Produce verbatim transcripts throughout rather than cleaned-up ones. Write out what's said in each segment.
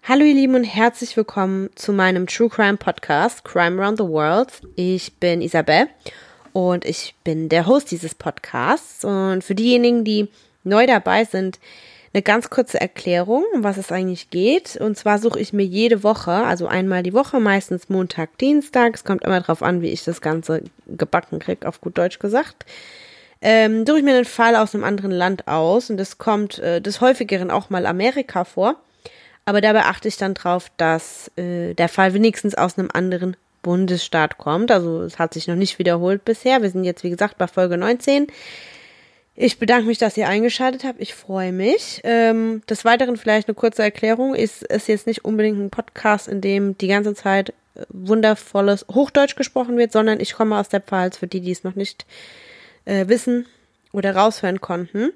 Hallo ihr Lieben und herzlich willkommen zu meinem True Crime Podcast Crime Around the World. Ich bin Isabel und ich bin der Host dieses Podcasts. Und für diejenigen, die neu dabei sind, eine ganz kurze Erklärung, um was es eigentlich geht. Und zwar suche ich mir jede Woche, also einmal die Woche, meistens Montag, Dienstag, es kommt immer drauf an, wie ich das Ganze gebacken kriege, auf gut Deutsch gesagt, ähm, suche ich mir einen Fall aus einem anderen Land aus. Und es kommt äh, des Häufigeren auch mal Amerika vor. Aber dabei achte ich dann drauf, dass äh, der Fall wenigstens aus einem anderen Bundesstaat kommt. Also es hat sich noch nicht wiederholt bisher. Wir sind jetzt, wie gesagt, bei Folge neunzehn. Ich bedanke mich, dass ihr eingeschaltet habt. Ich freue mich. Ähm, des Weiteren vielleicht eine kurze Erklärung. Es ist jetzt nicht unbedingt ein Podcast, in dem die ganze Zeit wundervolles Hochdeutsch gesprochen wird, sondern ich komme aus der Pfalz, für die, die es noch nicht äh, wissen oder raushören konnten.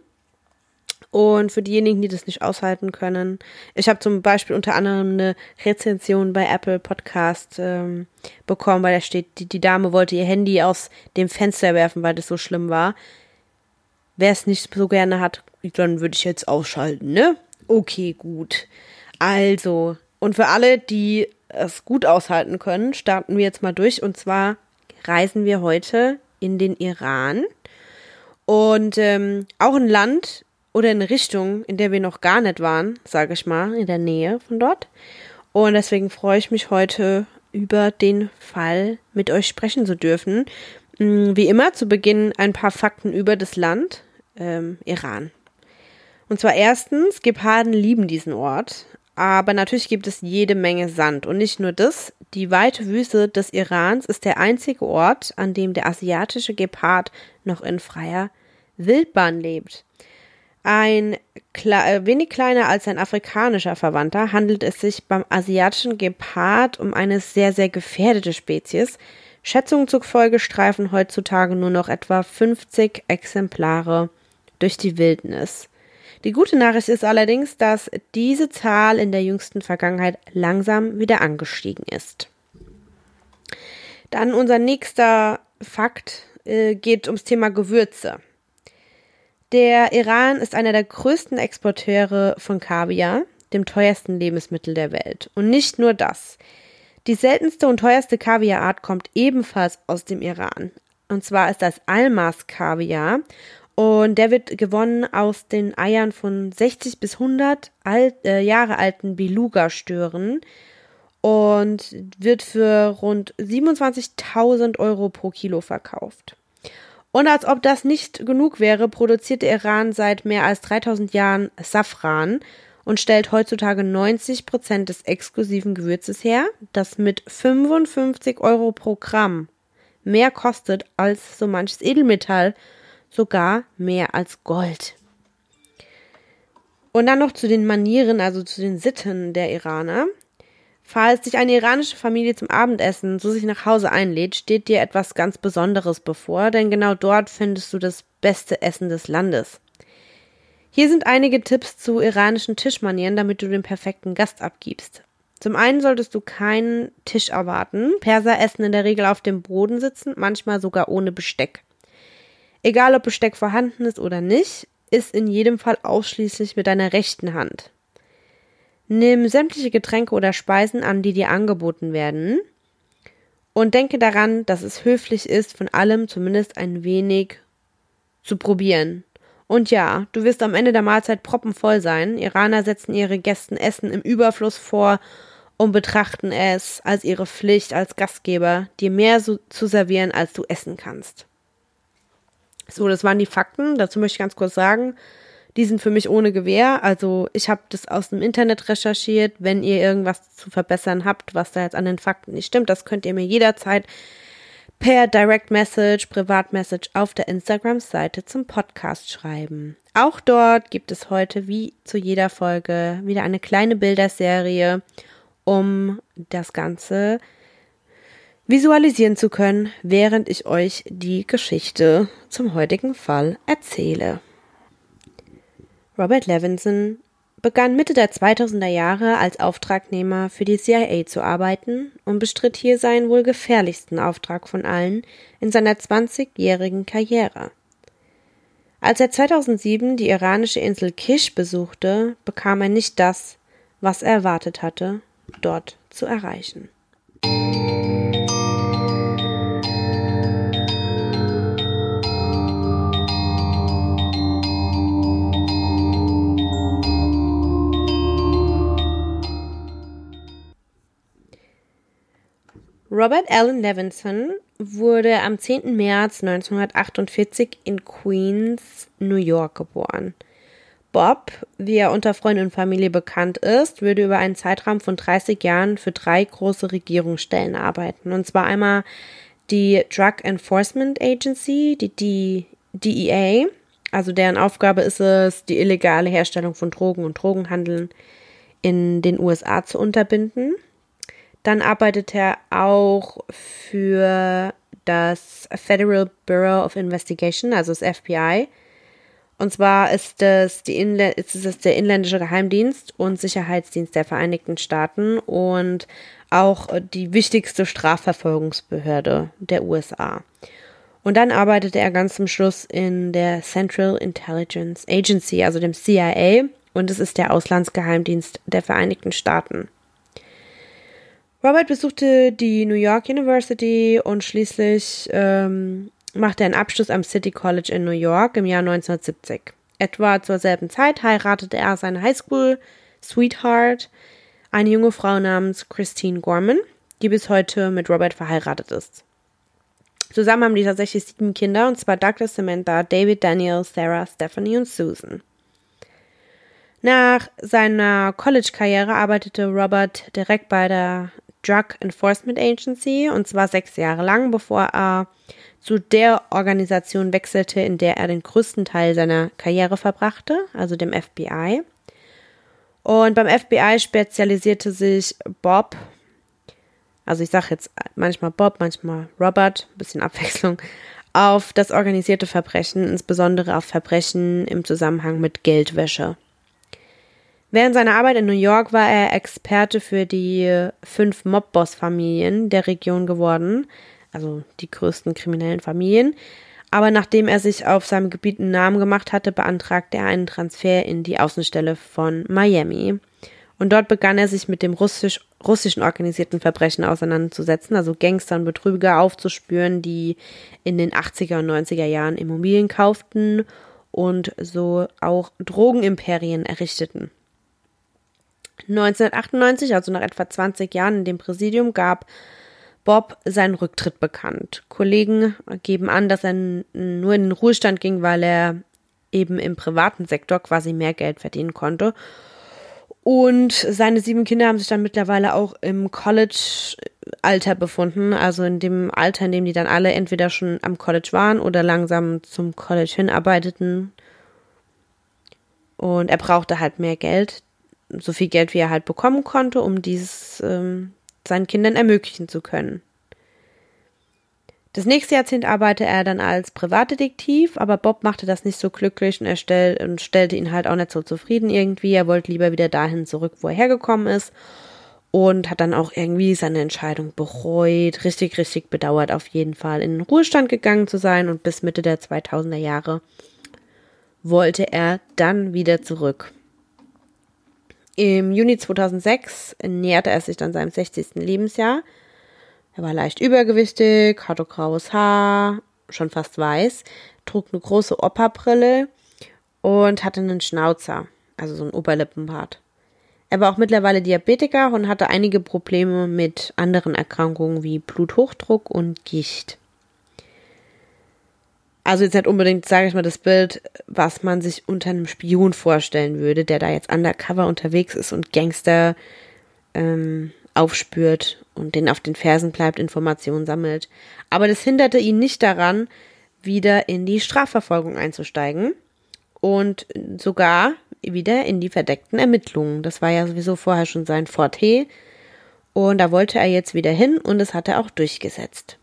Und für diejenigen, die das nicht aushalten können, ich habe zum Beispiel unter anderem eine Rezension bei Apple Podcast ähm, bekommen, weil da steht, die, die Dame wollte ihr Handy aus dem Fenster werfen, weil das so schlimm war. Wer es nicht so gerne hat, dann würde ich jetzt ausschalten, ne? Okay, gut. Also, und für alle, die es gut aushalten können, starten wir jetzt mal durch. Und zwar reisen wir heute in den Iran. Und ähm, auch ein Land oder in eine Richtung, in der wir noch gar nicht waren, sage ich mal, in der Nähe von dort. Und deswegen freue ich mich heute, über den Fall mit euch sprechen zu dürfen. Wie immer, zu Beginn ein paar Fakten über das Land, ähm, Iran. Und zwar erstens, Geparden lieben diesen Ort, aber natürlich gibt es jede Menge Sand. Und nicht nur das, die weite Wüste des Irans ist der einzige Ort, an dem der asiatische Gepard noch in freier Wildbahn lebt. Ein kle- wenig kleiner als ein afrikanischer Verwandter handelt es sich beim asiatischen Gepard um eine sehr, sehr gefährdete Spezies. Schätzungen zufolge streifen heutzutage nur noch etwa fünfzig Exemplare durch die Wildnis. Die gute Nachricht ist allerdings, dass diese Zahl in der jüngsten Vergangenheit langsam wieder angestiegen ist. Dann unser nächster Fakt äh, geht ums Thema Gewürze. Der Iran ist einer der größten Exporteure von Kaviar, dem teuersten Lebensmittel der Welt. Und nicht nur das. Die seltenste und teuerste Kaviarart kommt ebenfalls aus dem Iran. Und zwar ist das Almas-Kaviar. Und der wird gewonnen aus den Eiern von sechzig bis hundert alt, äh, Jahre alten Beluga-Stören und wird für rund siebenundzwanzigtausend Euro pro Kilo verkauft. Und als ob das nicht genug wäre, produziert der Iran seit mehr als dreitausend Jahren Safran und stellt heutzutage neunzig Prozent des exklusiven Gewürzes her, das mit fünfundfünfzig Euro pro Gramm mehr kostet als so manches Edelmetall, sogar mehr als Gold. Und dann noch zu den Manieren, also zu den Sitten der Iraner. Falls dich eine iranische Familie zum Abendessen zu sich nach Hause einlädt, steht dir etwas ganz Besonderes bevor, denn genau dort findest du das beste Essen des Landes. Hier sind einige Tipps zu iranischen Tischmanieren, damit du den perfekten Gast abgibst. Zum einen solltest du keinen Tisch erwarten. Perser essen in der Regel auf dem Boden sitzen, manchmal sogar ohne Besteck. Egal ob Besteck vorhanden ist oder nicht, isst in jedem Fall ausschließlich mit deiner rechten Hand. Nimm sämtliche Getränke oder Speisen an, die dir angeboten werden. Und denke daran, dass es höflich ist, von allem zumindest ein wenig zu probieren. Und ja, du wirst am Ende der Mahlzeit proppenvoll sein. Iraner setzen ihre Gästen Essen im Überfluss vor und betrachten es als ihre Pflicht als Gastgeber, dir mehr so zu servieren, als du essen kannst. So, das waren die Fakten. Dazu möchte ich ganz kurz sagen, die sind für mich ohne Gewähr, also ich habe das aus dem Internet recherchiert. Wenn ihr irgendwas zu verbessern habt, was da jetzt an den Fakten nicht stimmt, das könnt ihr mir jederzeit per Direct Message, Privatmessage auf der Instagram-Seite zum Podcast schreiben. Auch dort gibt es heute, wie zu jeder Folge, wieder eine kleine Bilderserie, um das Ganze visualisieren zu können, während ich euch die Geschichte zum heutigen Fall erzähle. Robert Levinson begann Mitte der zweitausender Jahre als Auftragnehmer für die C I A zu arbeiten und bestritt hier seinen wohl gefährlichsten Auftrag von allen in seiner zwanzigjährigen Karriere. Als er zweitausendsieben die iranische Insel Kish besuchte, bekam er nicht das, was er erwartet hatte, dort zu erreichen. Robert Allen Levinson wurde am zehnten März neunzehnhundertachtundvierzig in Queens, New York geboren. Bob, wie er unter Freunden und Familie bekannt ist, würde über einen Zeitraum von dreißig Jahren für drei große Regierungsstellen arbeiten. Und zwar einmal die Drug Enforcement Agency, die, die D E A, also deren Aufgabe ist es, die illegale Herstellung von Drogen und Drogenhandeln in den U S A zu unterbinden. Dann arbeitet er auch für das Federal Bureau of Investigation, also das F B I. Und zwar ist es, die Inlä- ist es der inländische Geheimdienst und Sicherheitsdienst der Vereinigten Staaten und auch die wichtigste Strafverfolgungsbehörde der U S A. Und dann arbeitete er ganz zum Schluss in der Central Intelligence Agency, also dem C I A, und es ist der Auslandsgeheimdienst der Vereinigten Staaten. Robert besuchte die New York University und schließlich ähm, machte er einen Abschluss am City College in New York im Jahr neunzehnhundertsiebzig. Etwa zur selben Zeit heiratete er seine Highschool-Sweetheart, eine junge Frau namens Christine Gorman, die bis heute mit Robert verheiratet ist. Zusammen haben die tatsächlich sieben Kinder, und zwar Douglas, Samantha, David, Daniel, Sarah, Stephanie und Susan. Nach seiner College-Karriere arbeitete Robert direkt bei der Drug Enforcement Agency, und zwar sechs Jahre lang, bevor er zu der Organisation wechselte, in der er den größten Teil seiner Karriere verbrachte, also dem F B I. Und beim F B I spezialisierte sich Bob, also ich sage jetzt manchmal Bob, manchmal Robert, ein bisschen Abwechslung, auf das organisierte Verbrechen, insbesondere auf Verbrechen im Zusammenhang mit Geldwäsche. Während seiner Arbeit in New York war er Experte für die fünf Mob-Boss-Familien der Region geworden, also die größten kriminellen Familien. Aber nachdem er sich auf seinem Gebiet einen Namen gemacht hatte, beantragte er einen Transfer in die Außenstelle von Miami. Und dort begann er sich mit dem russisch, russischen organisierten Verbrechen auseinanderzusetzen, also Gangster und Betrüger aufzuspüren, die in den achtziger und neunziger Jahren Immobilien kauften und so auch Drogenimperien errichteten. neunzehnhundertachtundneunzig, also nach etwa zwanzig Jahren in dem Präsidium, gab Bob seinen Rücktritt bekannt. Kollegen geben an, dass er nur in den Ruhestand ging, weil er eben im privaten Sektor quasi mehr Geld verdienen konnte. Und seine sieben Kinder haben sich dann mittlerweile auch im College-Alter befunden, also in dem Alter, in dem die dann alle entweder schon am College waren oder langsam zum College hinarbeiteten. Und er brauchte halt mehr Geld, so viel Geld, wie er halt bekommen konnte, um dieses ähm, seinen Kindern ermöglichen zu können. Das nächste Jahrzehnt arbeitete er dann als Privatdetektiv, aber Bob machte das nicht so glücklich und er stell, und stellte ihn halt auch nicht so zufrieden irgendwie. Er wollte lieber wieder dahin zurück, wo er hergekommen ist, und hat dann auch irgendwie seine Entscheidung bereut, richtig, richtig bedauert auf jeden Fall, in den Ruhestand gegangen zu sein, und bis Mitte der zweitausender Jahre wollte er dann wieder zurück. Im Juni zweitausendsechs näherte er sich dann seinem sechzigsten Lebensjahr. Er war leicht übergewichtig, hatte graues Haar, schon fast weiß, trug eine große Opa-Brille und hatte einen Schnauzer, also so einen Oberlippenbart. Er war auch mittlerweile Diabetiker und hatte einige Probleme mit anderen Erkrankungen wie Bluthochdruck und Gicht. Also jetzt nicht unbedingt, sage ich mal, das Bild, was man sich unter einem Spion vorstellen würde, der da jetzt undercover unterwegs ist und Gangster ähm, aufspürt und denen auf den Fersen bleibt, Informationen sammelt. Aber das hinderte ihn nicht daran, wieder in die Strafverfolgung einzusteigen und sogar wieder in die verdeckten Ermittlungen. Das war ja sowieso vorher schon sein Forte, und da wollte er jetzt wieder hin, und das hat er auch durchgesetzt.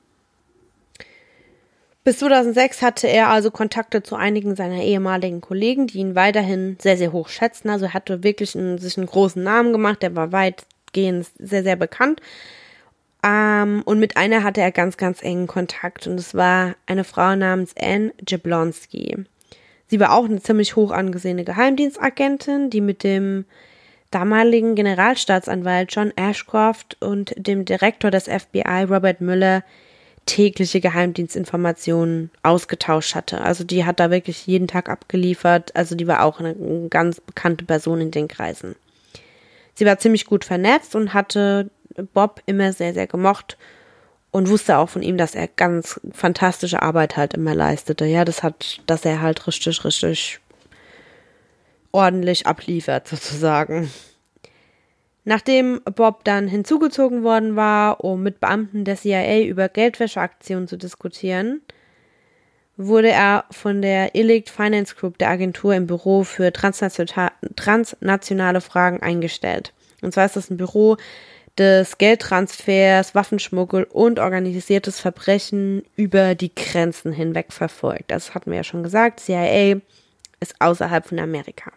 Bis zweitausendsechs hatte er also Kontakte zu einigen seiner ehemaligen Kollegen, die ihn weiterhin sehr, sehr hoch schätzen. Also er hatte wirklich einen, sich einen großen Namen gemacht, der war weitgehend sehr, sehr bekannt. Ähm, und mit einer hatte er ganz, ganz engen Kontakt, und es war eine Frau namens Anne Jablonski. Sie war auch eine ziemlich hoch angesehene Geheimdienstagentin, die mit dem damaligen Generalstaatsanwalt John Ashcroft und dem Direktor des F B I Robert Mueller tägliche Geheimdienstinformationen ausgetauscht hatte. Also die hat da wirklich jeden Tag abgeliefert. Also die war auch eine ganz bekannte Person in den Kreisen. Sie war ziemlich gut vernetzt und hatte Bob immer sehr, sehr gemocht und wusste auch von ihm, dass er ganz fantastische Arbeit halt immer leistete. Ja, das hat, dass er halt richtig, richtig ordentlich abliefert sozusagen. Nachdem Bob dann hinzugezogen worden war, um mit Beamten der C I A über Geldwäscheaktionen zu diskutieren, wurde er von der Elite Finance Group der Agentur im Büro für transnationale Fragen eingestellt. Und zwar ist das ein Büro des Geldtransfers, Waffenschmuggel und organisiertes Verbrechen über die Grenzen hinweg verfolgt. Das hatten wir ja schon gesagt, C I A ist außerhalb von Amerika.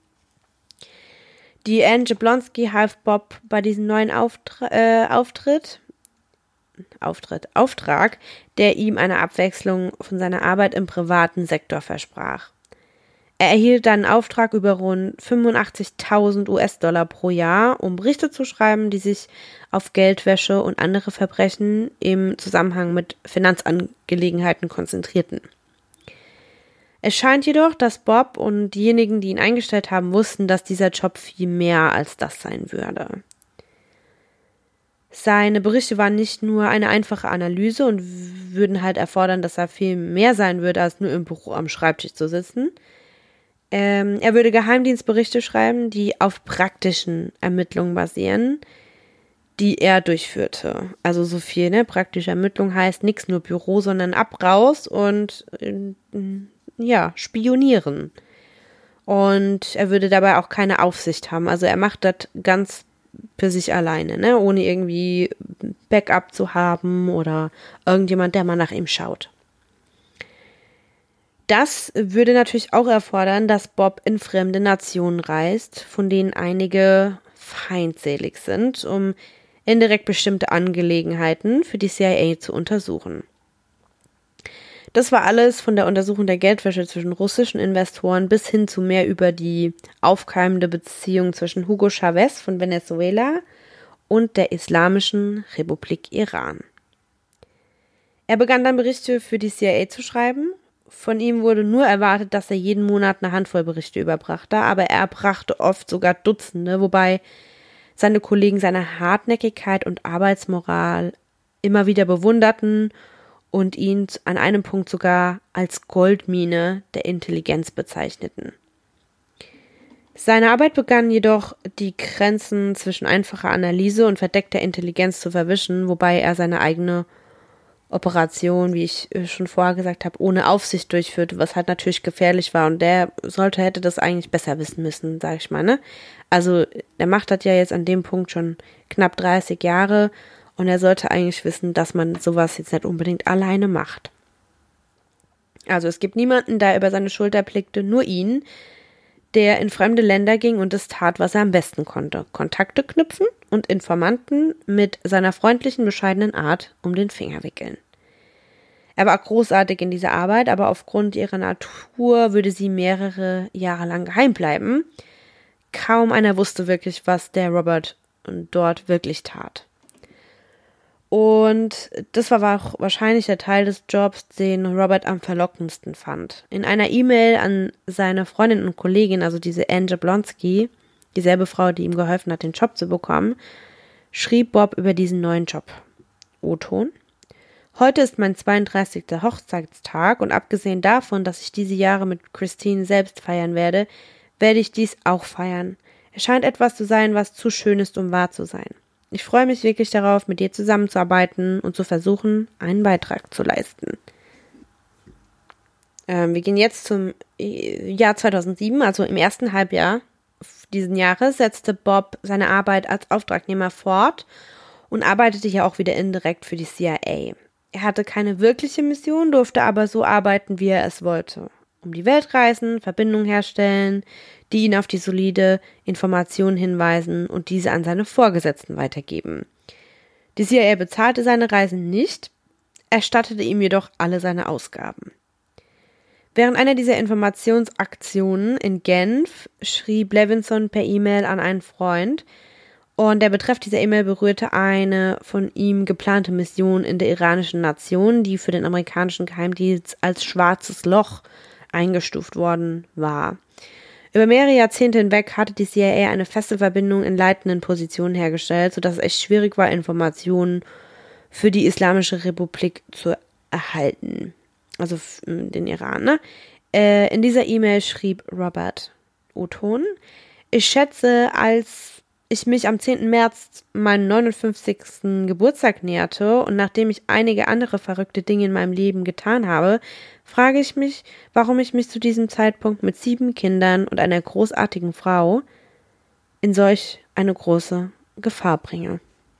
Die Anne Jablonski half Bob bei diesem neuen Auftra- äh, Auftritt, Auftritt, Auftrag, der ihm eine Abwechslung von seiner Arbeit im privaten Sektor versprach. Er erhielt dann einen Auftrag über rund fünfundachtzigtausend US-Dollar pro Jahr, um Berichte zu schreiben, die sich auf Geldwäsche und andere Verbrechen im Zusammenhang mit Finanzangelegenheiten konzentrierten. Es scheint jedoch, dass Bob und diejenigen, die ihn eingestellt haben, wussten, dass dieser Job viel mehr als das sein würde. Seine Berichte waren nicht nur eine einfache Analyse und würden halt erfordern, dass er viel mehr sein würde, als nur im Büro am Schreibtisch zu sitzen. Ähm, er würde Geheimdienstberichte schreiben, die auf praktischen Ermittlungen basieren, die er durchführte. Also so viel, ne? Praktische Ermittlung heißt nichts nur Büro, sondern ab, raus und äh, ja, spionieren. Und er würde dabei auch keine Aufsicht haben. Also er macht das ganz für sich alleine, ne? Ohne irgendwie Backup zu haben oder irgendjemand, der mal nach ihm schaut. Das würde natürlich auch erfordern, dass Bob in fremde Nationen reist, von denen einige feindselig sind, um indirekt bestimmte Angelegenheiten für die C I A zu untersuchen. Das war alles von der Untersuchung der Geldwäsche zwischen russischen Investoren bis hin zu mehr über die aufkeimende Beziehung zwischen Hugo Chavez von Venezuela und der Islamischen Republik Iran. Er begann dann Berichte für die C I A zu schreiben. Von ihm wurde nur erwartet, dass er jeden Monat eine Handvoll Berichte überbrachte, aber er brachte oft sogar Dutzende, wobei seine Kollegen seine Hartnäckigkeit und Arbeitsmoral immer wieder bewunderten und ihn an einem Punkt sogar als Goldmine der Intelligenz bezeichneten. Seine Arbeit begann jedoch, die Grenzen zwischen einfacher Analyse und verdeckter Intelligenz zu verwischen, wobei er seine eigene Operation, wie ich schon vorher gesagt habe, ohne Aufsicht durchführte, was halt natürlich gefährlich war. Und der sollte, hätte das eigentlich besser wissen müssen, sag ich mal, ne? Also, der macht das ja jetzt an dem Punkt schon knapp dreißig Jahre und er sollte eigentlich wissen, dass man sowas jetzt nicht unbedingt alleine macht. Also, es gibt niemanden, der über seine Schulter blickte, nur ihn, der in fremde Länder ging und das tat, was er am besten konnte. Kontakte knüpfen und Informanten mit seiner freundlichen, bescheidenen Art um den Finger wickeln. Er war großartig in dieser Arbeit, aber aufgrund ihrer Natur würde sie mehrere Jahre lang geheim bleiben. Kaum einer wusste wirklich, was der Robert dort wirklich tat. Und das war auch wahrscheinlich der Teil des Jobs, den Robert am verlockendsten fand. In einer E-Mail an seine Freundin und Kollegin, also diese Anne Jablonski, dieselbe Frau, die ihm geholfen hat, den Job zu bekommen, schrieb Bob über diesen neuen Job. O-Ton: Heute ist mein zweiunddreißigster Hochzeitstag und abgesehen davon, dass ich diese Jahre mit Christine selbst feiern werde, werde ich dies auch feiern. Es scheint etwas zu sein, was zu schön ist, um wahr zu sein. Ich freue mich wirklich darauf, mit dir zusammenzuarbeiten und zu versuchen, einen Beitrag zu leisten. Ähm, wir gehen jetzt zum Jahr zweitausendsieben, also im ersten Halbjahr diesen Jahres setzte Bob seine Arbeit als Auftragnehmer fort und arbeitete ja auch wieder indirekt für die C I A. Er hatte keine wirkliche Mission, durfte aber so arbeiten, wie er es wollte. Um die Welt reisen, Verbindungen herstellen, die ihn auf die solide Informationen hinweisen und diese an seine Vorgesetzten weitergeben. Die C I A bezahlte seine Reisen nicht, erstattete ihm jedoch alle seine Ausgaben. Während einer dieser Informationsaktionen in Genf schrieb Levinson per E-Mail an einen Freund und der Betreff dieser E-Mail berührte eine von ihm geplante Mission in der iranischen Nation, die für den amerikanischen Geheimdienst als schwarzes Loch eingestuft worden war. Über mehrere Jahrzehnte hinweg hatte die C I A eine feste Verbindung in leitenden Positionen hergestellt, sodass es echt schwierig war, Informationen für die Islamische Republik zu erhalten. Also den Iran, ne? Äh, in dieser E-Mail schrieb Robert O-Ton: Ich schätze, als ich mich am zehnten März meinen neunundfünfzigsten Geburtstag näherte und nachdem ich einige andere verrückte Dinge in meinem Leben getan habe, frage ich mich, warum ich mich zu diesem Zeitpunkt mit sieben Kindern und einer großartigen Frau in solch eine große Gefahr bringe.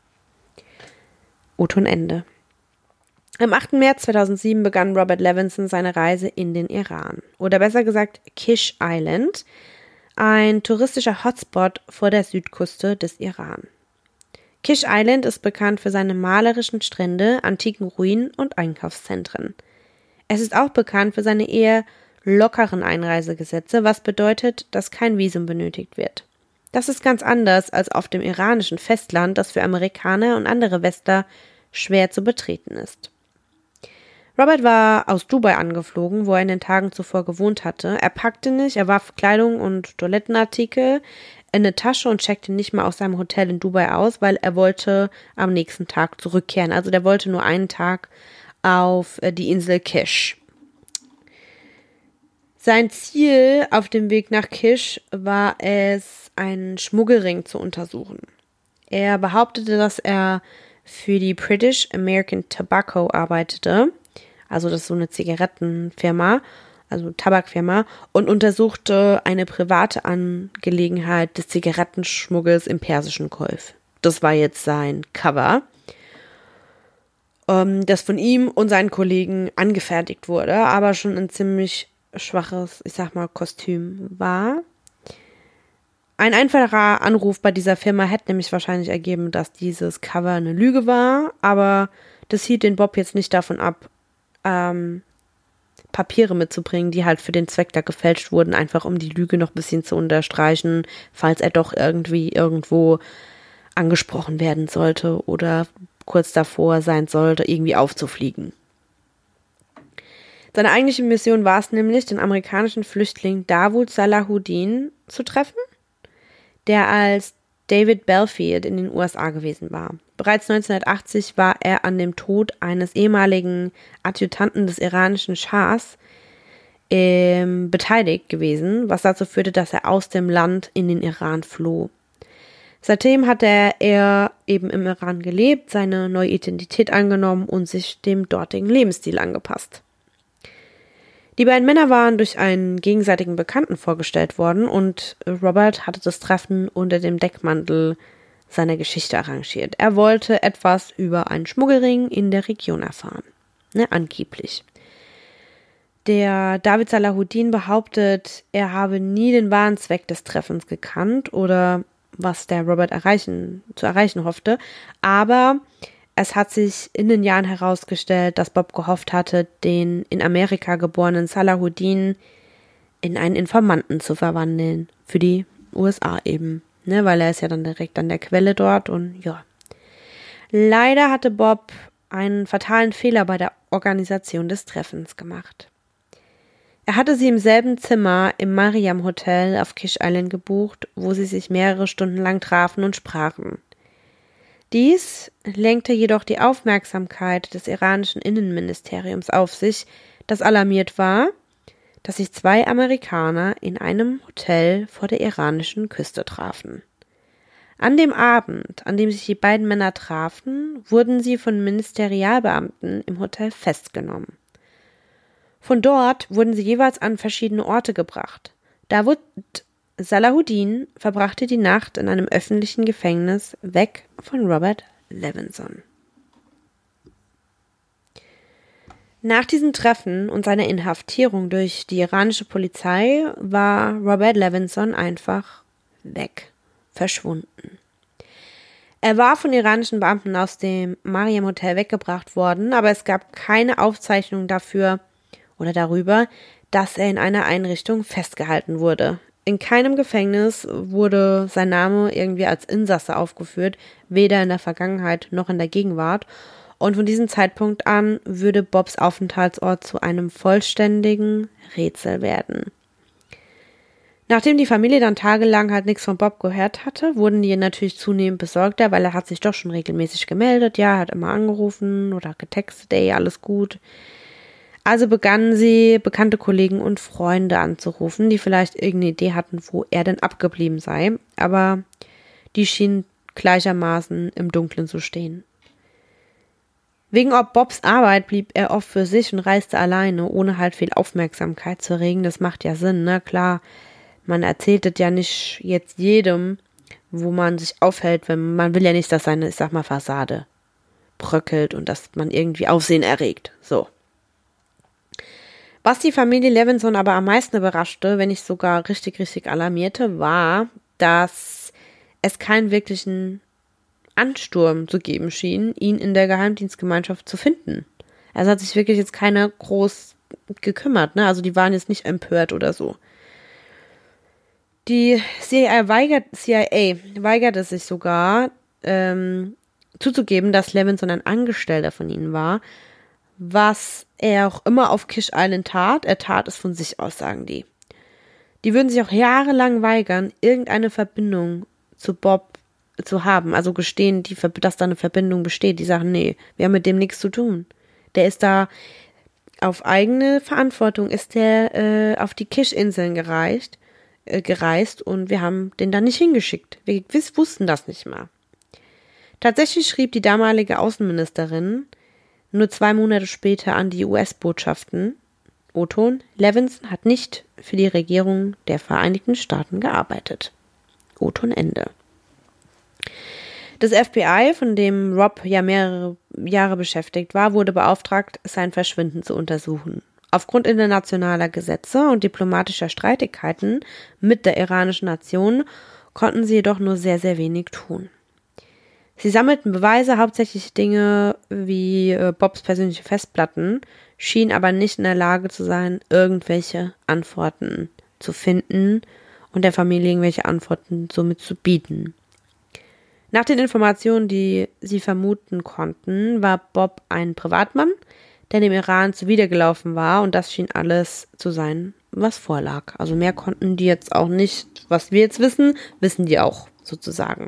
O-Ton Ende. Am achten März zweitausendsieben begann Robert Levinson seine Reise in den Iran. Oder besser gesagt Kish Island, ein touristischer Hotspot vor der Südküste des Iran. Kish Island ist bekannt für seine malerischen Strände, antiken Ruinen und Einkaufszentren. Es ist auch bekannt für seine eher lockeren Einreisegesetze, was bedeutet, dass kein Visum benötigt wird. Das ist ganz anders als auf dem iranischen Festland, das für Amerikaner und andere Westler schwer zu betreten ist. Robert war aus Dubai angeflogen, wo er in den Tagen zuvor gewohnt hatte. Er packte nicht, er warf Kleidung und Toilettenartikel in eine Tasche und checkte nicht mal aus seinem Hotel in Dubai aus, weil er wollte am nächsten Tag zurückkehren. Also der wollte nur einen Tag auf die Insel Kish. Sein Ziel auf dem Weg nach Kish war es, einen Schmuggelring zu untersuchen. Er behauptete, dass er für die British American Tobacco arbeitete. Also das ist so eine Zigarettenfirma, also Tabakfirma, und untersuchte eine private Angelegenheit des Zigarettenschmuggels im Persischen Golf. Das war jetzt sein Cover, ähm, das von ihm und seinen Kollegen angefertigt wurde, aber schon ein ziemlich schwaches, ich sag mal, Kostüm war. Ein einfacher Anruf bei dieser Firma hätte nämlich wahrscheinlich ergeben, dass dieses Cover eine Lüge war, aber das hielt den Bob jetzt nicht davon ab, ähm, Papiere mitzubringen, die halt für den Zweck da gefälscht wurden, einfach um die Lüge noch ein bisschen zu unterstreichen, falls er doch irgendwie irgendwo angesprochen werden sollte oder kurz davor sein sollte, irgendwie aufzufliegen. Seine eigentliche Mission war es nämlich, den amerikanischen Flüchtling Dawud Salahuddin zu treffen, der als David Belfield in den U S A gewesen war. Bereits neunzehnhundertachtzig war er an dem Tod eines ehemaligen Adjutanten des iranischen Schahs ähm, beteiligt gewesen, was dazu führte, dass er aus dem Land in den Iran floh. Seitdem hat er, er eben im Iran gelebt, seine neue Identität angenommen und sich dem dortigen Lebensstil angepasst. Die beiden Männer waren durch einen gegenseitigen Bekannten vorgestellt worden und Robert hatte das Treffen unter dem Deckmantel seiner Geschichte arrangiert. Er wollte etwas über einen Schmuggelring in der Region erfahren, ne, angeblich. Der David Salahuddin behauptet, er habe nie den wahren Zweck des Treffens gekannt oder was der Robert erreichen, zu erreichen hoffte, aber es hat sich in den Jahren herausgestellt, dass Bob gehofft hatte, den in Amerika geborenen Salahuddin in einen Informanten zu verwandeln, für die U S A eben, ne, weil er ist ja dann direkt an der Quelle dort und ja. Leider hatte Bob einen fatalen Fehler bei der Organisation des Treffens gemacht. Er hatte sie im selben Zimmer im Mariam Hotel auf Kish Island gebucht, wo sie sich mehrere Stunden lang trafen und sprachen. Dies lenkte jedoch die Aufmerksamkeit des iranischen Innenministeriums auf sich, das alarmiert war, dass sich zwei Amerikaner in einem Hotel vor der iranischen Küste trafen. An dem Abend, an dem sich die beiden Männer trafen, wurden sie von Ministerialbeamten im Hotel festgenommen. Von dort wurden sie jeweils an verschiedene Orte gebracht. Dawud Salahuddin verbrachte die Nacht in einem öffentlichen Gefängnis, weg von Robert Levinson. Nach diesem Treffen und seiner Inhaftierung durch die iranische Polizei war Robert Levinson einfach weg, verschwunden. Er war von iranischen Beamten aus dem Mariam Hotel weggebracht worden, aber es gab keine Aufzeichnung dafür oder darüber, dass er in einer Einrichtung festgehalten wurde. In keinem Gefängnis wurde sein Name irgendwie als Insasse aufgeführt, weder in der Vergangenheit noch in der Gegenwart. Und von diesem Zeitpunkt an würde Bobs Aufenthaltsort zu einem vollständigen Rätsel werden. Nachdem die Familie dann tagelang halt nichts von Bob gehört hatte, wurden die natürlich zunehmend besorgter, weil er hat sich doch schon regelmäßig gemeldet, ja, hat immer angerufen oder getextet, ey, alles gut. Also begannen sie, bekannte Kollegen und Freunde anzurufen, die vielleicht irgendeine Idee hatten, wo er denn abgeblieben sei, aber die schienen gleichermaßen im Dunkeln zu stehen. Wegen ob Bobs Arbeit blieb er oft für sich und reiste alleine, ohne halt viel Aufmerksamkeit zu erregen. Das macht ja Sinn, ne? Klar, man erzählt es ja nicht jetzt jedem, wo man sich aufhält, wenn man will ja nicht, dass seine, ich sag mal, Fassade bröckelt und dass man irgendwie Aufsehen erregt. So. Was die Familie Levinson aber am meisten überraschte, wenn nicht sogar richtig, richtig alarmierte, war, dass es keinen wirklichen Ansturm zu geben schien, ihn in der Geheimdienstgemeinschaft zu finden. Also hat sich wirklich jetzt keiner groß gekümmert, ne? Also die waren jetzt nicht empört oder so. Die C I A, weigert, C I A weigerte sich sogar, ähm, zuzugeben, dass Levinson ein Angestellter von ihnen war, was er auch immer auf Kish Island tat. Er tat es von sich aus, sagen die. Die würden sich auch jahrelang weigern, irgendeine Verbindung zu Bob zu haben, also gestehen, die, dass da eine Verbindung besteht. Die sagen, nee, wir haben mit dem nichts zu tun. Der ist da auf eigene Verantwortung, ist der äh, auf die Kish-Inseln gereist, äh, gereist und wir haben den da nicht hingeschickt. Wir gewiss wussten das nicht mal. Tatsächlich schrieb die damalige Außenministerin nur zwei Monate später an die U S-Botschaften, O-Ton, Levinson hat nicht für die Regierung der Vereinigten Staaten gearbeitet. O-Ton Ende. Das F B I, von dem Rob ja mehrere Jahre beschäftigt war, wurde beauftragt, sein Verschwinden zu untersuchen. Aufgrund internationaler Gesetze und diplomatischer Streitigkeiten mit der iranischen Nation konnten sie jedoch nur sehr, sehr wenig tun. Sie sammelten Beweise, hauptsächlich Dinge wie äh, Bobs persönliche Festplatten, schienen aber nicht in der Lage zu sein, irgendwelche Antworten zu finden und der Familie irgendwelche Antworten somit zu bieten. Nach den Informationen, die sie vermuten konnten, war Bob ein Privatmann, der dem Iran zuwidergelaufen war und das schien alles zu sein, was vorlag. Also mehr konnten die jetzt auch nicht, was wir jetzt wissen, wissen die auch sozusagen.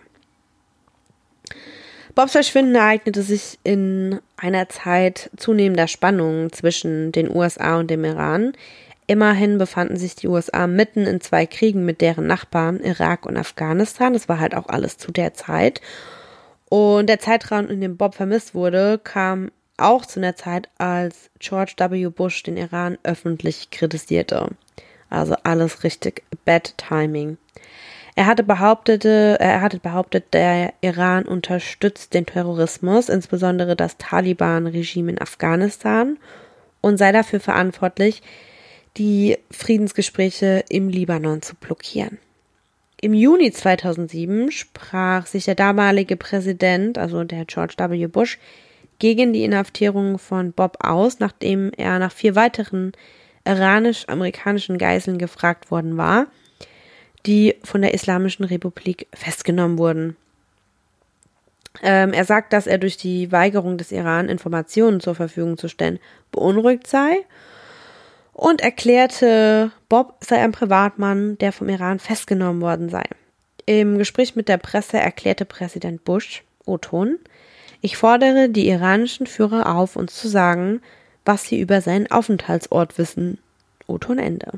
Bobs Verschwinden ereignete sich in einer Zeit zunehmender Spannungen zwischen den U S A und dem Iran. Immerhin befanden sich die U S A mitten in zwei Kriegen mit deren Nachbarn, Irak und Afghanistan. Das war halt auch alles zu der Zeit. Und der Zeitraum, in dem Bob vermisst wurde, kam auch zu einer Zeit, als George W. Bush den Iran öffentlich kritisierte. Also alles richtig bad timing. Er hatte behauptet, er hatte behauptet, der Iran unterstützt den Terrorismus, insbesondere das Taliban-Regime in Afghanistan, und sei dafür verantwortlich, die Friedensgespräche im Libanon zu blockieren. Im Juni zweitausendsieben sprach sich der damalige Präsident, also der George W. Bush, gegen die Inhaftierung von Bob aus, nachdem er nach vier weiteren iranisch-amerikanischen Geiseln gefragt worden war, die von der Islamischen Republik festgenommen wurden. Ähm, er sagt, dass er durch die Weigerung des Iran, Informationen zur Verfügung zu stellen, beunruhigt sei und erklärte, Bob sei ein Privatmann, der vom Iran festgenommen worden sei. Im Gespräch mit der Presse erklärte Präsident Bush, O-Ton, ich fordere die iranischen Führer auf, uns zu sagen, was sie über seinen Aufenthaltsort wissen. O-Ton Ende.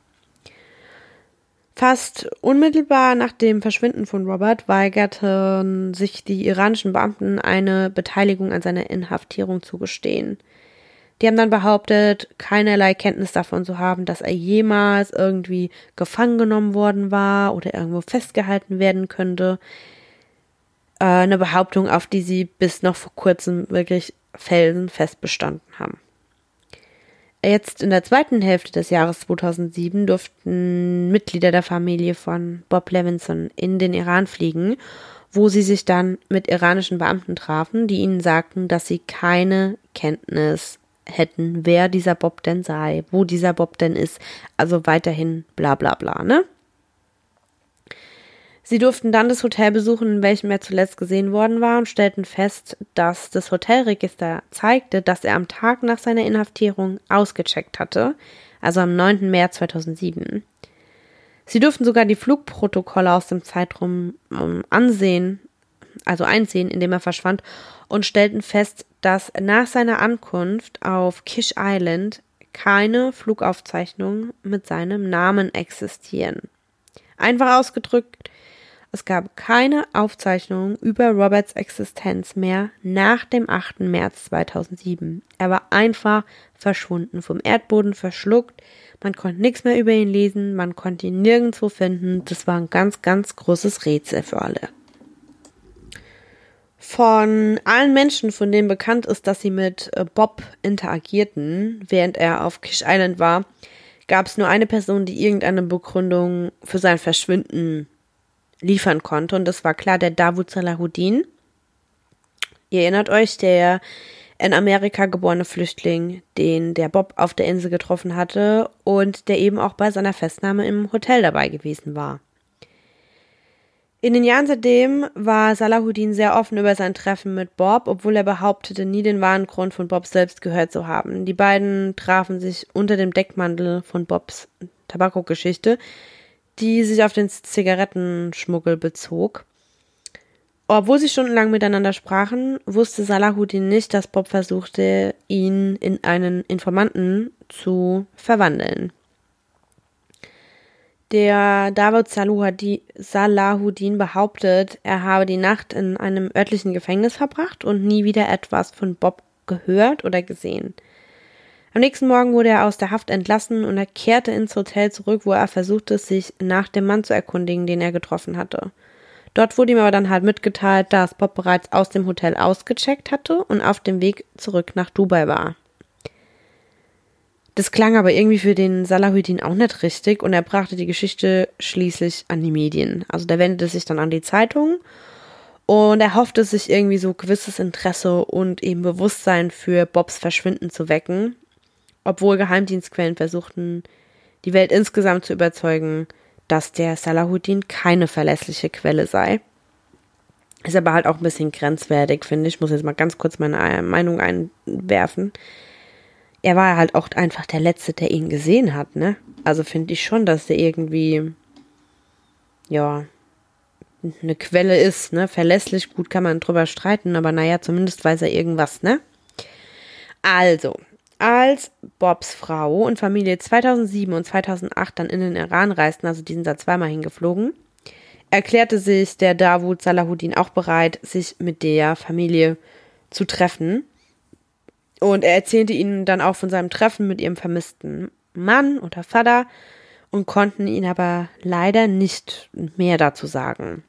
Fast unmittelbar nach dem Verschwinden von Robert weigerten sich die iranischen Beamten, eine Beteiligung an seiner Inhaftierung zu gestehen. Die haben dann behauptet, keinerlei Kenntnis davon zu haben, dass er jemals irgendwie gefangen genommen worden war oder irgendwo festgehalten werden könnte. Äh, eine Behauptung, auf die sie bis noch vor kurzem wirklich felsenfest bestanden haben. Jetzt in der zweiten Hälfte des Jahres zweitausendsieben durften Mitglieder der Familie von Bob Levinson in den Iran fliegen, wo sie sich dann mit iranischen Beamten trafen, die ihnen sagten, dass sie keine Kenntnis hätten, wer dieser Bob denn sei, wo dieser Bob denn ist. Also weiterhin bla bla bla, ne? Sie durften dann das Hotel besuchen, in welchem er zuletzt gesehen worden war und stellten fest, dass das Hotelregister zeigte, dass er am Tag nach seiner Inhaftierung ausgecheckt hatte, also am neunten März zweitausendsieben. Sie durften sogar die Flugprotokolle aus dem Zeitraum ähm, ansehen, also einsehen, in dem er verschwand, und stellten fest, dass nach seiner Ankunft auf Kish Island keine Flugaufzeichnungen mit seinem Namen existieren. Einfach ausgedrückt, es gab keine Aufzeichnungen über Roberts Existenz mehr nach dem achten März zweitausendsieben. Er war einfach verschwunden, vom Erdboden verschluckt. Man konnte nichts mehr über ihn lesen, man konnte ihn nirgendwo finden. Das war ein ganz, ganz großes Rätsel für alle. Von allen Menschen, von denen bekannt ist, dass sie mit Bob interagierten, während er auf Kish Island war, gab es nur eine Person, die irgendeine Begründung für sein Verschwinden liefern konnte. Und das war klar der Dawud Salahuddin. Ihr erinnert euch, der in Amerika geborene Flüchtling, den der Bob auf der Insel getroffen hatte und der eben auch bei seiner Festnahme im Hotel dabei gewesen war. In den Jahren seitdem war Salahuddin sehr offen über sein Treffen mit Bob, obwohl er behauptete, nie den wahren Grund von Bob selbst gehört zu haben. Die beiden trafen sich unter dem Deckmantel von Bobs Tabakokgeschichte, die sich auf den Zigarettenschmuggel bezog. Obwohl sie stundenlang miteinander sprachen, wusste Salahuddin nicht, dass Bob versuchte, ihn in einen Informanten zu verwandeln. Der Dawud Salahuddin behauptet, er habe die Nacht in einem örtlichen Gefängnis verbracht und nie wieder etwas von Bob gehört oder gesehen. Am nächsten Morgen wurde er aus der Haft entlassen und er kehrte ins Hotel zurück, wo er versuchte, sich nach dem Mann zu erkundigen, den er getroffen hatte. Dort wurde ihm aber dann halt mitgeteilt, dass Bob bereits aus dem Hotel ausgecheckt hatte und auf dem Weg zurück nach Dubai war. Das klang aber irgendwie für den Salahuddin auch nicht richtig und er brachte die Geschichte schließlich an die Medien. Also der wendete sich dann an die Zeitung und er hoffte sich irgendwie so gewisses Interesse und eben Bewusstsein für Bobs Verschwinden zu wecken, obwohl Geheimdienstquellen versuchten, die Welt insgesamt zu überzeugen, dass der Salahuddin keine verlässliche Quelle sei. Ist aber halt auch ein bisschen grenzwertig, finde ich. Ich muss jetzt mal ganz kurz meine Meinung einwerfen. Er war halt auch einfach der Letzte, der ihn gesehen hat, ne? Also finde ich schon, dass der irgendwie, ja, eine Quelle ist, ne? Verlässlich, gut kann man drüber streiten, aber naja, zumindest weiß er irgendwas, ne? Also, als Bobs Frau und Familie zweitausendsieben und zweitausendacht dann in den Iran reisten, also die sind da zweimal hingeflogen, erklärte sich der Dawud Salahuddin auch bereit, sich mit der Familie zu treffen. Und er erzählte ihnen dann auch von seinem Treffen mit ihrem vermissten Mann oder Vater und konnten ihnen aber leider nicht mehr dazu sagen.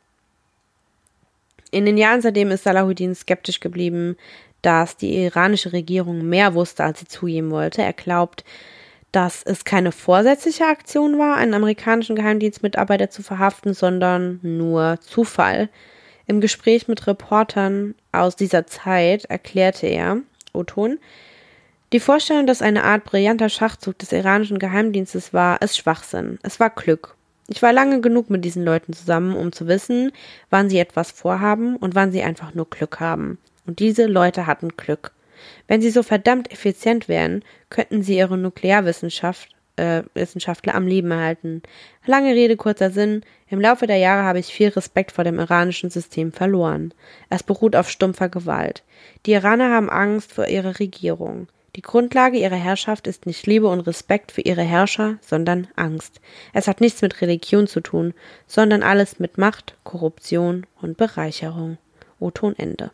In den Jahren seitdem ist Salahuddin skeptisch geblieben, dass die iranische Regierung mehr wusste, als sie zugeben wollte. Er glaubt, dass es keine vorsätzliche Aktion war, einen amerikanischen Geheimdienstmitarbeiter zu verhaften, sondern nur Zufall. Im Gespräch mit Reportern aus dieser Zeit erklärte er, O-Ton, die Vorstellung, dass eine Art brillanter Schachzug des iranischen Geheimdienstes war, ist Schwachsinn. Es war Glück. Ich war lange genug mit diesen Leuten zusammen, um zu wissen, wann sie etwas vorhaben und wann sie einfach nur Glück haben. Und diese Leute hatten Glück. Wenn sie so verdammt effizient wären, könnten sie ihre Nuklearwissenschaft äh, Wissenschaftler am Leben erhalten. Lange Rede, kurzer Sinn. Im Laufe der Jahre habe ich viel Respekt vor dem iranischen System verloren. Es beruht auf stumpfer Gewalt. Die Iraner haben Angst vor ihrer Regierung. Die Grundlage ihrer Herrschaft ist nicht Liebe und Respekt für ihre Herrscher, sondern Angst. Es hat nichts mit Religion zu tun, sondern alles mit Macht, Korruption und Bereicherung. O-Ton Ende.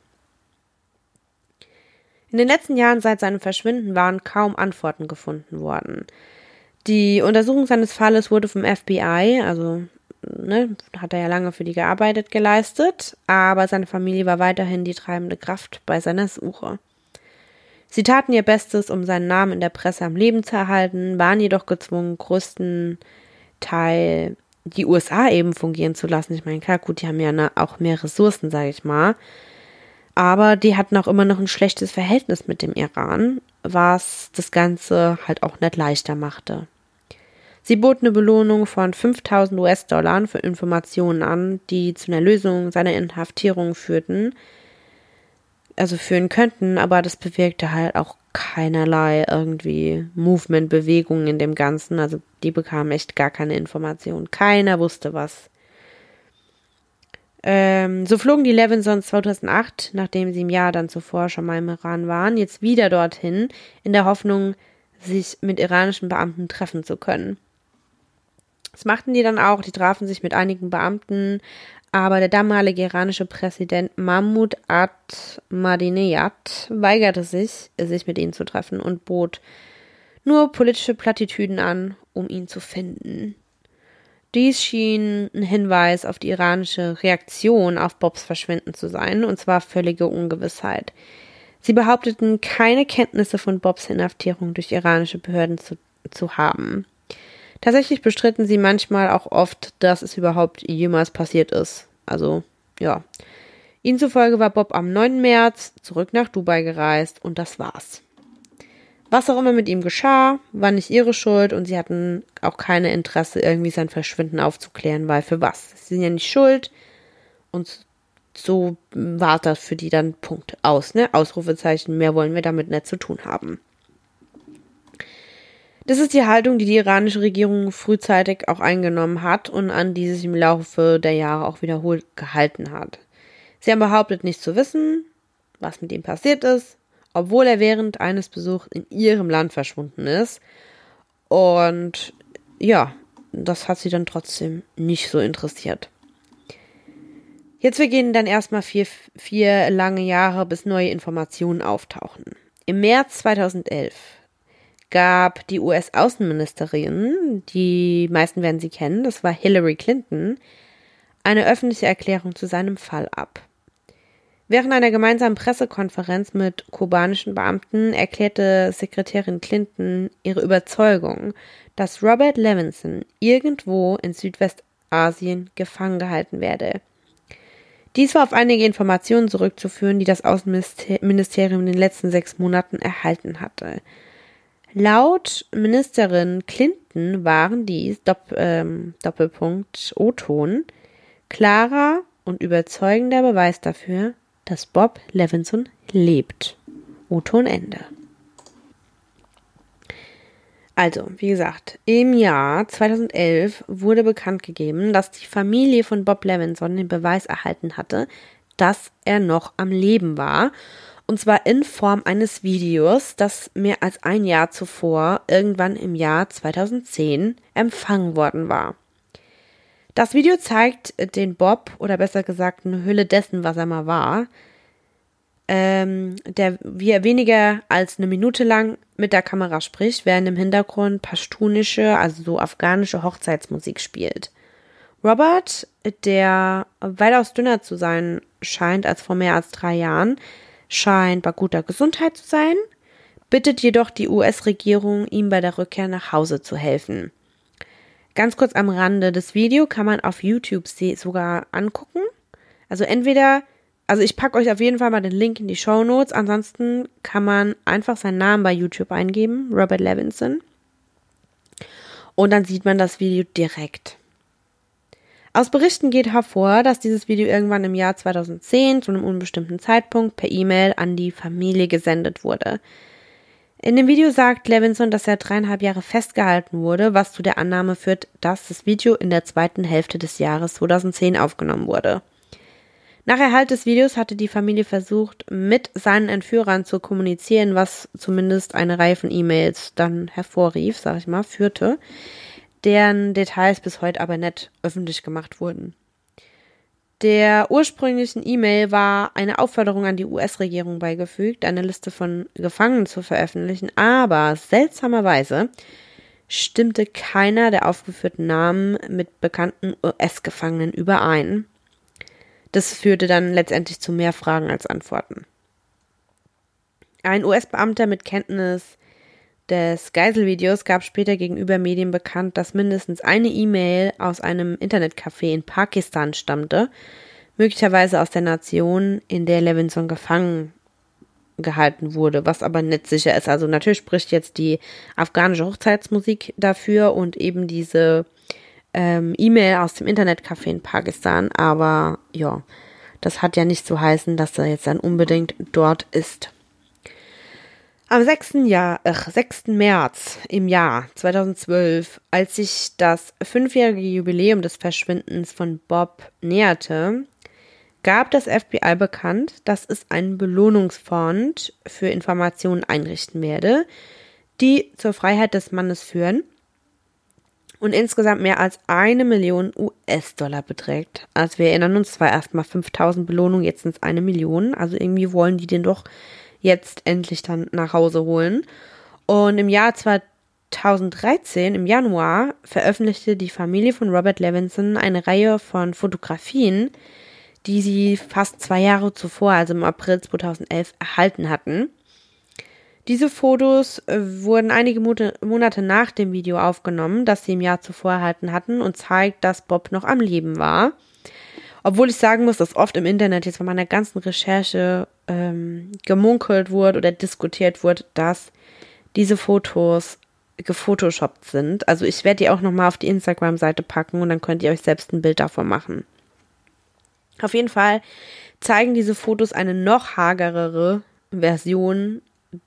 In den letzten Jahren seit seinem Verschwinden waren kaum Antworten gefunden worden. Die Untersuchung seines Falles wurde vom F B I, also ne, hat er ja lange für die gearbeitet, geleistet, aber seine Familie war weiterhin die treibende Kraft bei seiner Suche. Sie taten ihr Bestes, um seinen Namen in der Presse am Leben zu erhalten, waren jedoch gezwungen, größten Teil die U S A eben fungieren zu lassen. Ich meine, klar, gut, die haben ja auch mehr Ressourcen, sage ich mal. Aber die hatten auch immer noch ein schlechtes Verhältnis mit dem Iran. was das Ganze halt auch nicht leichter machte. Sie bot eine Belohnung von fünftausend US-Dollar für Informationen an, die zu einer Lösung seiner Inhaftierung führten, also führen könnten, aber das bewirkte halt auch keinerlei irgendwie Movement, Bewegung in dem Ganzen, also die bekamen echt gar keine Informationen, keiner wusste was. Ähm, so flogen die Levinsons zweitausendacht, nachdem sie im Jahr dann zuvor schon mal im Iran waren, jetzt wieder dorthin, in der Hoffnung, sich mit iranischen Beamten treffen zu können. Das machten die dann auch, die trafen sich mit einigen Beamten, aber der damalige iranische Präsident Mahmoud Ahmadinejad weigerte sich, sich mit ihnen zu treffen und bot nur politische Plattitüden an, um ihn zu finden. Dies schien ein Hinweis auf die iranische Reaktion auf Bobs Verschwinden zu sein, und zwar völlige Ungewissheit. Sie behaupteten, keine Kenntnisse von Bobs Inhaftierung durch iranische Behörden zu, zu haben. Tatsächlich bestritten sie manchmal auch oft, dass es überhaupt jemals passiert ist. Also, ja. Ihnen zufolge war Bob am neunten März zurück nach Dubai gereist und das war's. Was auch immer mit ihm geschah, war nicht ihre Schuld und sie hatten auch keine Interesse, irgendwie sein Verschwinden aufzuklären, weil für was? Sie sind ja nicht schuld und so war das für die dann Punkt aus, ne? Ausrufezeichen, mehr wollen wir damit nicht zu tun haben. Das ist die Haltung, die die iranische Regierung frühzeitig auch eingenommen hat und an die sich im Laufe der Jahre auch wiederholt gehalten hat. Sie haben behauptet, nicht zu wissen, was mit ihm passiert ist, obwohl er während eines Besuchs in ihrem Land verschwunden ist. Und ja, das hat sie dann trotzdem nicht so interessiert. Jetzt vergehen dann erstmal vier, vier lange Jahre, bis neue Informationen auftauchen. Im März zweitausendelf gab die U S-Außenministerin, die meisten werden sie kennen, das war Hillary Clinton, eine öffentliche Erklärung zu seinem Fall ab. Während einer gemeinsamen Pressekonferenz mit kubanischen Beamten erklärte Sekretärin Clinton ihre Überzeugung, dass Robert Levinson irgendwo in Südwestasien gefangen gehalten werde. Dies war auf einige Informationen zurückzuführen, die das Außenministerium in den letzten sechs Monaten erhalten hatte. Laut Ministerin Clinton waren dies, Dopp, ähm, Doppelpunkt, O-Ton, klarer und überzeugender Beweis dafür, dass Bob Levinson lebt. O-Ton Ende. Also, wie gesagt, im Jahr zweitausendelf wurde bekannt gegeben, dass die Familie von Bob Levinson den Beweis erhalten hatte, dass er noch am Leben war. Und zwar in Form eines Videos, das mehr als ein Jahr zuvor, irgendwann im Jahr zweitausendzehn, empfangen worden war. Das Video zeigt den Bob, oder besser gesagt eine Hülle dessen, was er mal war, ähm, der wie er weniger als eine Minute lang mit der Kamera spricht, während im Hintergrund pashtunische, also so afghanische Hochzeitsmusik spielt. Robert, der weitaus dünner zu sein scheint als vor mehr als drei Jahren, scheint bei guter Gesundheit zu sein, bittet jedoch die U S-Regierung, ihm bei der Rückkehr nach Hause zu helfen. Ganz kurz am Rande, das Video kann man auf YouTube sogar angucken. Also entweder, also ich packe euch auf jeden Fall mal den Link in die Shownotes, ansonsten kann man einfach seinen Namen bei YouTube eingeben, Robert Levinson, und dann sieht man das Video direkt. Aus Berichten geht hervor, dass dieses Video irgendwann im Jahr zweitausendzehn zu einem unbestimmten Zeitpunkt per E-Mail an die Familie gesendet wurde. In dem Video sagt Levinson, dass er dreieinhalb Jahre festgehalten wurde, was zu der Annahme führt, dass das Video in der zweiten Hälfte des Jahres zweitausendzehn aufgenommen wurde. Nach Erhalt des Videos hatte die Familie versucht, mit seinen Entführern zu kommunizieren, was zumindest eine Reihe von E-Mails dann hervorrief, sag ich mal, führte, deren Details bis heute aber nicht öffentlich gemacht wurden. Der ursprünglichen E-Mail war eine Aufforderung an die U S-Regierung beigefügt, eine Liste von Gefangenen zu veröffentlichen, aber seltsamerweise stimmte keiner der aufgeführten Namen mit bekannten U S-Gefangenen überein. Das führte dann letztendlich zu mehr Fragen als Antworten. Ein U S-Beamter mit Kenntnis des Geiselvideos gab später gegenüber Medien bekannt, dass mindestens eine E-Mail aus einem Internetcafé in Pakistan stammte, möglicherweise aus der Nation, in der Levinson gefangen gehalten wurde, was aber nicht sicher ist. Also natürlich spricht jetzt die afghanische Hochzeitsmusik dafür und eben diese ähm, E-Mail aus dem Internetcafé in Pakistan, aber ja, das hat ja nicht zu heißen, dass er jetzt dann unbedingt dort ist. Am sechsten Jahr, äh, sechsten März im Jahr zweitausendzwölf, als sich das fünfjährige Jubiläum des Verschwindens von Bob näherte, gab das F B I bekannt, dass es einen Belohnungsfonds für Informationen einrichten werde, die zur Freiheit des Mannes führen und insgesamt mehr als eine Million U S-Dollar beträgt. Also wir erinnern uns, zwar erstmal fünftausend Belohnungen, jetzt sind es eine Million, also irgendwie wollen die den doch jetzt endlich dann nach Hause holen. Und im Jahr zweitausenddreizehn, im Januar, veröffentlichte die Familie von Robert Levinson eine Reihe von Fotografien, die sie fast zwei Jahre zuvor, also im April zweitausendelf, erhalten hatten. Diese Fotos wurden einige Monate nach dem Video aufgenommen, das sie im Jahr zuvor erhalten hatten und zeigt, dass Bob noch am Leben war. Obwohl ich sagen muss, dass oft im Internet jetzt von meiner ganzen Recherche ähm, gemunkelt wurde oder diskutiert wurde, dass diese Fotos gefotoshoppt sind. Also ich werde die auch nochmal auf die Instagram-Seite packen und dann könnt ihr euch selbst ein Bild davon machen. Auf jeden Fall zeigen diese Fotos eine noch hagerere Version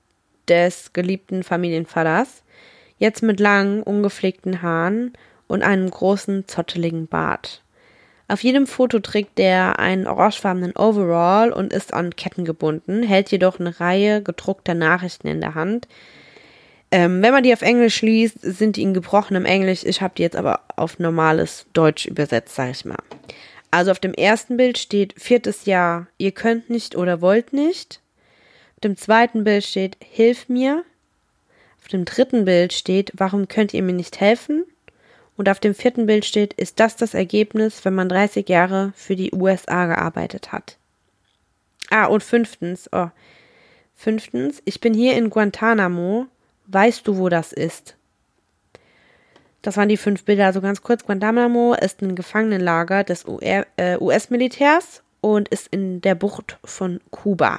des geliebten Familienvaters, jetzt mit langen, ungepflegten Haaren und einem großen, zotteligen Bart. Auf jedem Foto trägt er einen orangefarbenen Overall und ist an Ketten gebunden, hält jedoch eine Reihe gedruckter Nachrichten in der Hand. Ähm, wenn man die auf Englisch liest, sind die in gebrochenem Englisch. Ich habe die jetzt aber auf normales Deutsch übersetzt, sage ich mal. Also auf dem ersten Bild steht viertes Jahr, ihr könnt nicht oder wollt nicht. Auf dem zweiten Bild steht, hilf mir. Auf dem dritten Bild steht, warum könnt ihr mir nicht helfen? Und auf dem vierten Bild steht, ist das das Ergebnis, wenn man dreißig Jahre für die U S A gearbeitet hat? Ah, und fünftens, oh, fünftens, ich bin hier in Guantanamo, weißt du, wo das ist? Das waren die fünf Bilder, also ganz kurz, Guantanamo ist ein Gefangenenlager des U S-Militärs und ist in der Bucht von Kuba.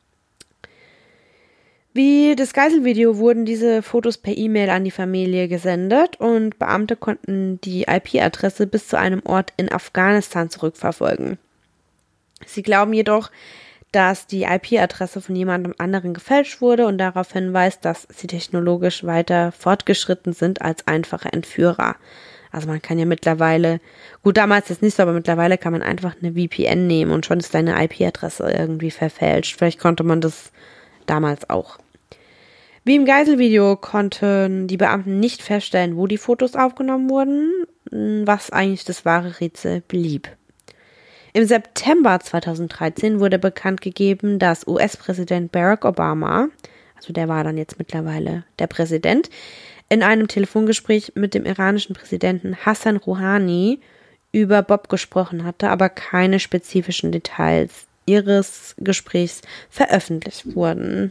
Wie das Geiselvideo wurden diese Fotos per E-Mail an die Familie gesendet und Beamte konnten die I P-Adresse bis zu einem Ort in Afghanistan zurückverfolgen. Sie glauben jedoch, dass die I P-Adresse von jemandem anderen gefälscht wurde und darauf hinweist, dass sie technologisch weiter fortgeschritten sind als einfache Entführer. Also man kann ja mittlerweile, gut, damals ist nicht so, aber mittlerweile kann man einfach eine V P N nehmen und schon ist deine I P-Adresse irgendwie verfälscht. Vielleicht konnte man das damals auch. Wie im Geiselvideo konnten die Beamten nicht feststellen, wo die Fotos aufgenommen wurden, was eigentlich das wahre Rätsel blieb. Im September zweitausenddreizehn wurde bekannt gegeben, dass U S-Präsident Barack Obama, also der war dann jetzt mittlerweile der Präsident, in einem Telefongespräch mit dem iranischen Präsidenten Hassan Rouhani über Bob gesprochen hatte, aber keine spezifischen Details ihres Gesprächs veröffentlicht wurden.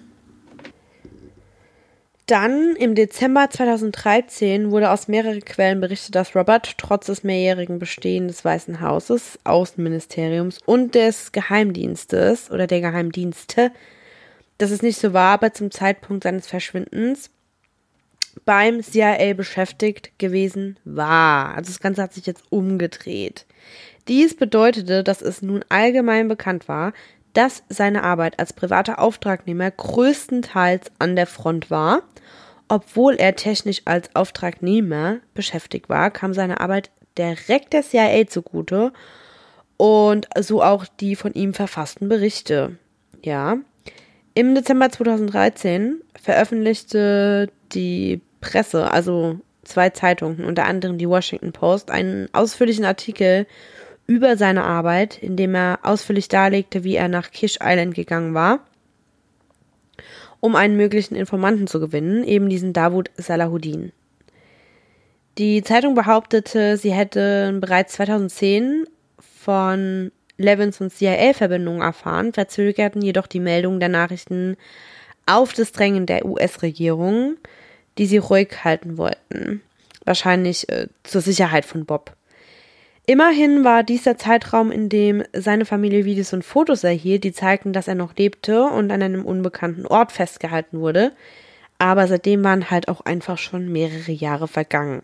Dann im Dezember zweitausenddreizehn wurde aus mehreren Quellen berichtet, dass Robert trotz des mehrjährigen Bestehens des Weißen Hauses, Außenministeriums und des Geheimdienstes oder der Geheimdienste, dass es nicht so war, aber zum Zeitpunkt seines Verschwindens beim C I A beschäftigt gewesen war. Also das Ganze hat sich jetzt umgedreht. Dies bedeutete, dass es nun allgemein bekannt war, dass seine Arbeit als privater Auftragnehmer größtenteils an der Front war. Obwohl er technisch als Auftragnehmer beschäftigt war, kam seine Arbeit direkt der C I A zugute und so auch die von ihm verfassten Berichte. Ja. Im Dezember zweitausenddreizehn veröffentlichte die Presse, also zwei Zeitungen, unter anderem die Washington Post, einen ausführlichen Artikel über seine Arbeit, in dem er ausführlich darlegte, wie er nach Kish Island gegangen war, um einen möglichen Informanten zu gewinnen, eben diesen Dawood Salahuddin. Die Zeitung behauptete, sie hätte bereits zweitausendzehn von Levinsons C I A-Verbindungen erfahren, verzögerten jedoch die Meldung der Nachrichten auf das Drängen der U S-Regierung, die sie ruhig halten wollten. Wahrscheinlich äh, zur Sicherheit von Bob. Immerhin war dies der Zeitraum, in dem seine Familie Videos und Fotos erhielt, die zeigten, dass er noch lebte und an einem unbekannten Ort festgehalten wurde. Aber seitdem waren halt auch einfach schon mehrere Jahre vergangen.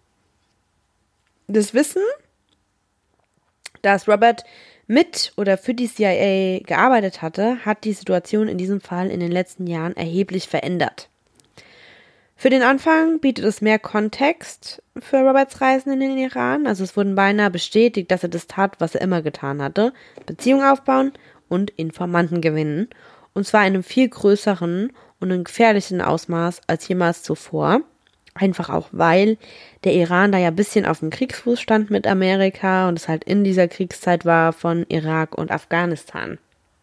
Das Wissen, dass Robert mit oder für die C I A gearbeitet hatte, hat die Situation in diesem Fall in den letzten Jahren erheblich verändert. Für den Anfang bietet es mehr Kontext für Roberts Reisen in den Iran. Also es wurden beinahe bestätigt, dass er das tat, was er immer getan hatte. Beziehungen aufbauen und Informanten gewinnen. Und zwar in einem viel größeren und einem gefährlichen Ausmaß als jemals zuvor. Einfach auch, weil der Iran da ja ein bisschen auf dem Kriegsfuß stand mit Amerika und es halt in dieser Kriegszeit war von Irak und Afghanistan.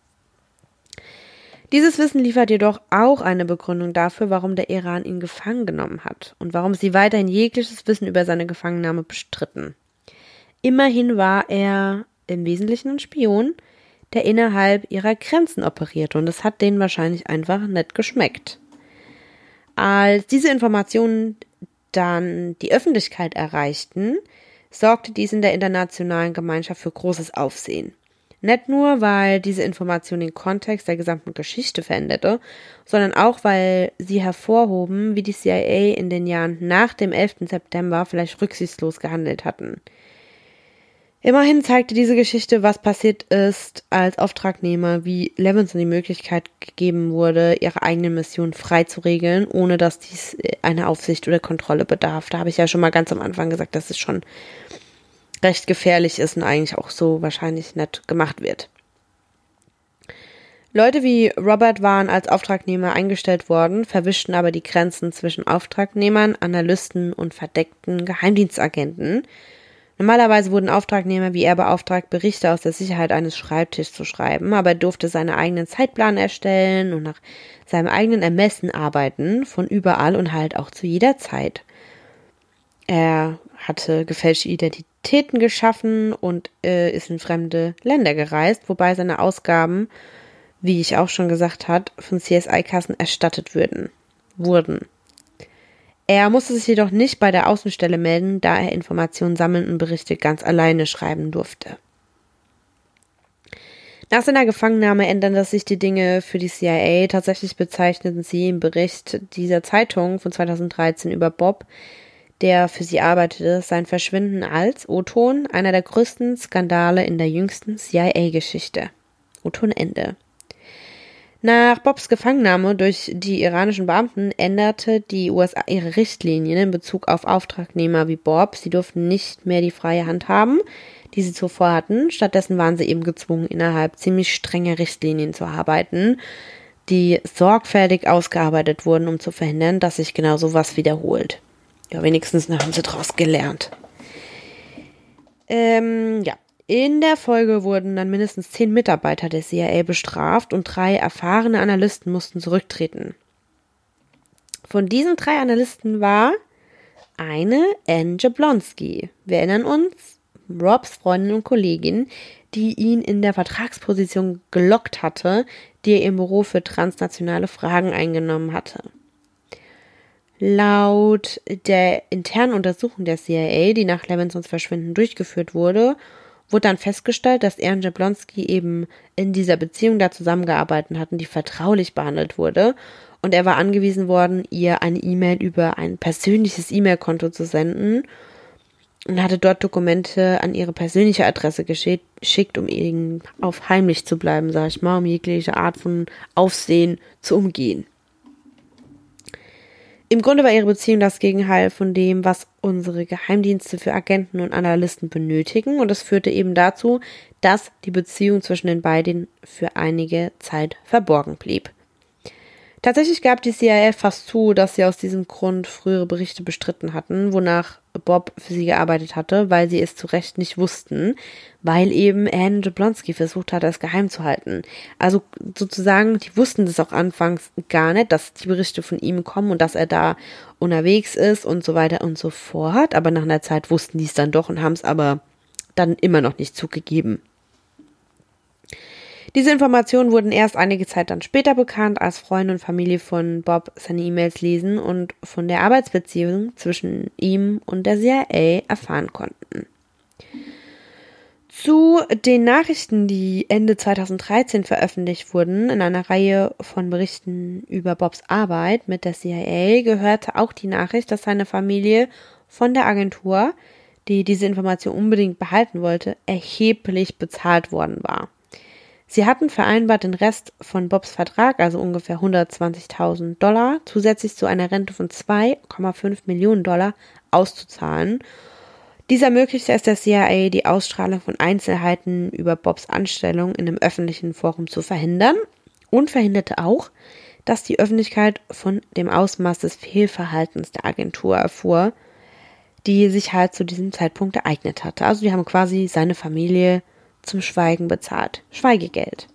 Dieses Wissen liefert jedoch auch eine Begründung dafür, warum der Iran ihn gefangen genommen hat und warum sie weiterhin jegliches Wissen über seine Gefangennahme bestritten. Immerhin war er im Wesentlichen ein Spion, der innerhalb ihrer Grenzen operierte und das hat denen wahrscheinlich einfach nicht geschmeckt. Als diese Informationen dann die Öffentlichkeit erreichten, sorgte dies in der internationalen Gemeinschaft für großes Aufsehen. Nicht nur, weil diese Information den Kontext der gesamten Geschichte veränderte, sondern auch, weil sie hervorhoben, wie die C I A in den Jahren nach dem elften September vielleicht rücksichtslos gehandelt hatten. Immerhin zeigte diese Geschichte, was passiert ist, als Auftragnehmer wie Levinson die Möglichkeit gegeben wurde, ihre eigene Mission frei zu regeln, ohne dass dies eine Aufsicht oder Kontrolle bedarf. Da habe ich ja schon mal ganz am Anfang gesagt, dass es schon recht gefährlich ist und eigentlich auch so wahrscheinlich nicht gemacht wird. Leute wie Robert waren als Auftragnehmer eingestellt worden, verwischten aber die Grenzen zwischen Auftragnehmern, Analysten und verdeckten Geheimdienstagenten. Normalerweise wurden Auftragnehmer wie er beauftragt, Berichte aus der Sicherheit eines Schreibtischs zu schreiben, aber er durfte seinen eigenen Zeitplan erstellen und nach seinem eigenen Ermessen arbeiten, von überall und halt auch zu jeder Zeit. Er hatte gefälschte Identitäten geschaffen und äh, ist in fremde Länder gereist, wobei seine Ausgaben, wie ich auch schon gesagt habe, von C S I-Kassen erstattet würden, wurden. Er musste sich jedoch nicht bei der Außenstelle melden, da er Informationen sammeln und Berichte ganz alleine schreiben durfte. Nach seiner Gefangennahme ändern sich die Dinge für die C I A. Tatsächlich bezeichneten sie im Bericht dieser Zeitung von zweitausenddreizehn über Bob, der für sie arbeitete, sein Verschwinden als O-Ton einer der größten Skandale in der jüngsten C I A-Geschichte. O-Ton Ende. Nach Bobs Gefangennahme durch die iranischen Beamten änderte die U S A ihre Richtlinien in Bezug auf Auftragnehmer wie Bob. Sie durften nicht mehr die freie Hand haben, die sie zuvor hatten. Stattdessen waren sie eben gezwungen, innerhalb ziemlich strenger Richtlinien zu arbeiten, die sorgfältig ausgearbeitet wurden, um zu verhindern, dass sich genau sowas wiederholt. Ja, wenigstens haben sie daraus gelernt. Ähm, ja. In der Folge wurden dann mindestens zehn Mitarbeiter der C I A bestraft und drei erfahrene Analysten mussten zurücktreten. Von diesen drei Analysten war eine Anne Jablonski. Wir erinnern uns, Robs Freundin und Kollegin, die ihn in der Vertragsposition gelockt hatte, die er im Büro für transnationale Fragen eingenommen hatte. Laut der internen Untersuchung der C I A, die nach Levinsons Verschwinden durchgeführt wurde, wurde dann festgestellt, dass er und Jablonski eben in dieser Beziehung da zusammengearbeitet hatten, die vertraulich behandelt wurde. Und er war angewiesen worden, ihr eine E-Mail über ein persönliches E-Mail-Konto zu senden und hatte dort Dokumente an ihre persönliche Adresse geschickt, um eben auf heimlich zu bleiben, sag ich mal, um jegliche Art von Aufsehen zu umgehen. Im Grunde war ihre Beziehung das Gegenteil von dem, was unsere Geheimdienste für Agenten und Analysten benötigen, und es führte eben dazu, dass die Beziehung zwischen den beiden für einige Zeit verborgen blieb. Tatsächlich gab die C I A fast zu, dass sie aus diesem Grund frühere Berichte bestritten hatten, wonach Bob für sie gearbeitet hatte, weil sie es zu Recht nicht wussten, weil eben Anne Jablonski versucht hatte, es geheim zu halten. Also sozusagen, die wussten das auch anfangs gar nicht, dass die Berichte von ihm kommen und dass er da unterwegs ist und so weiter und so fort, aber nach einer Zeit wussten die es dann doch und haben es aber dann immer noch nicht zugegeben. Diese Informationen wurden erst einige Zeit dann später bekannt, als Freunde und Familie von Bob seine E-Mails lesen und von der Arbeitsbeziehung zwischen ihm und der C I A erfahren konnten. Zu den Nachrichten, die Ende zweitausenddreizehn veröffentlicht wurden, in einer Reihe von Berichten über Bobs Arbeit mit der C I A, gehörte auch die Nachricht, dass seine Familie von der Agentur, die diese Information unbedingt behalten wollte, erheblich bezahlt worden war. Sie hatten vereinbart, den Rest von Bobs Vertrag, also ungefähr hundertzwanzigtausend Dollar, zusätzlich zu einer Rente von zwei Komma fünf Millionen Dollar auszuzahlen. Dies ermöglichte es der C I A, die Ausstrahlung von Einzelheiten über Bobs Anstellung in einem öffentlichen Forum zu verhindern und verhinderte auch, dass die Öffentlichkeit von dem Ausmaß des Fehlverhaltens der Agentur erfuhr, die sich halt zu diesem Zeitpunkt ereignet hatte. Also die haben quasi seine Familie zum Schweigen bezahlt. Schweigegeld.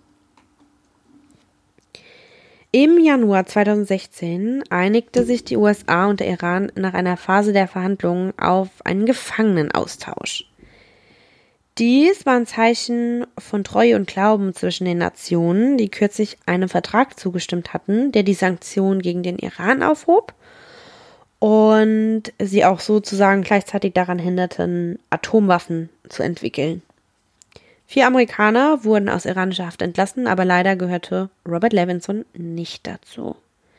Im Januar zweitausendsechzehn einigte sich die U S A und der Iran nach einer Phase der Verhandlungen auf einen Gefangenenaustausch. Dies war ein Zeichen von Treue und Glauben zwischen den Nationen, die kürzlich einem Vertrag zugestimmt hatten, der die Sanktionen gegen den Iran aufhob und sie auch sozusagen gleichzeitig daran hinderten, Atomwaffen zu entwickeln. Vier Amerikaner wurden aus iranischer Haft entlassen, aber leider gehörte Robert Levinson nicht dazu.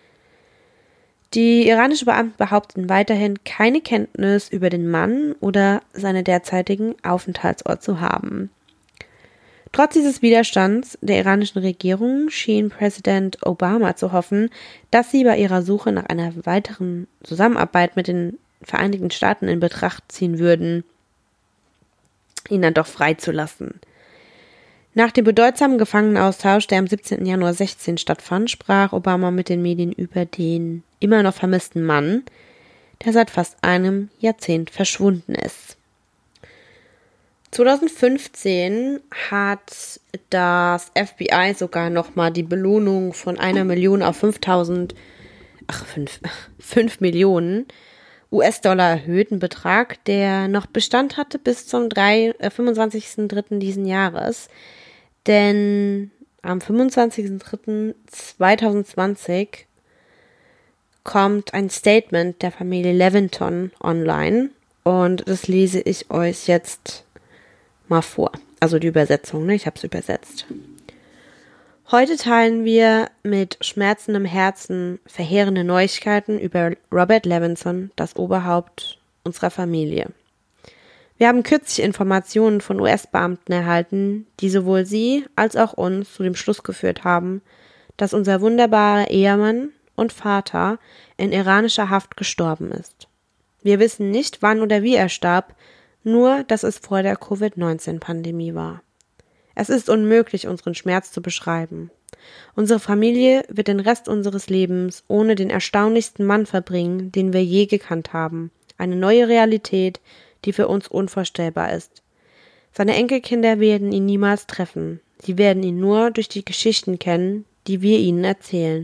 Die iranischen Beamten behaupten weiterhin, keine Kenntnis über den Mann oder seinen derzeitigen Aufenthaltsort zu haben. Trotz dieses Widerstands der iranischen Regierung schien Präsident Obama zu hoffen, dass sie bei ihrer Suche nach einer weiteren Zusammenarbeit mit den Vereinigten Staaten in Betracht ziehen würden, ihn dann doch freizulassen. Nach dem bedeutsamen Gefangenenaustausch, der am siebzehnten Januar sechzehn stattfand, sprach Obama mit den Medien über den immer noch vermissten Mann, der seit fast einem Jahrzehnt verschwunden ist. zweitausendfünfzehn hat das F B I sogar nochmal die Belohnung von einer Million auf fünftausend, ach, fünf, fünf Millionen U S-Dollar erhöht, ein Betrag, der noch Bestand hatte bis zum fünfundzwanzigsten dritten diesen Jahres. Denn am fünfundzwanzigsten dritten zweitausendzwanzig kommt ein Statement der Familie Levinson online und das lese ich euch jetzt mal vor. Also die Übersetzung, ne? Ich habe es übersetzt. Heute teilen wir mit schmerzendem Herzen verheerende Neuigkeiten über Robert Levinson, das Oberhaupt unserer Familie. Wir haben kürzlich Informationen von U S-Beamten erhalten, die sowohl Sie als auch uns zu dem Schluss geführt haben, dass unser wunderbarer Ehemann und Vater in iranischer Haft gestorben ist. Wir wissen nicht, wann oder wie er starb, nur, dass es vor der Covid neunzehn Pandemie war. Es ist unmöglich, unseren Schmerz zu beschreiben. Unsere Familie wird den Rest unseres Lebens ohne den erstaunlichsten Mann verbringen, den wir je gekannt haben. Eine neue Realität, die für uns unvorstellbar ist. Seine Enkelkinder werden ihn niemals treffen. Sie werden ihn nur durch die Geschichten kennen, die wir ihnen erzählen.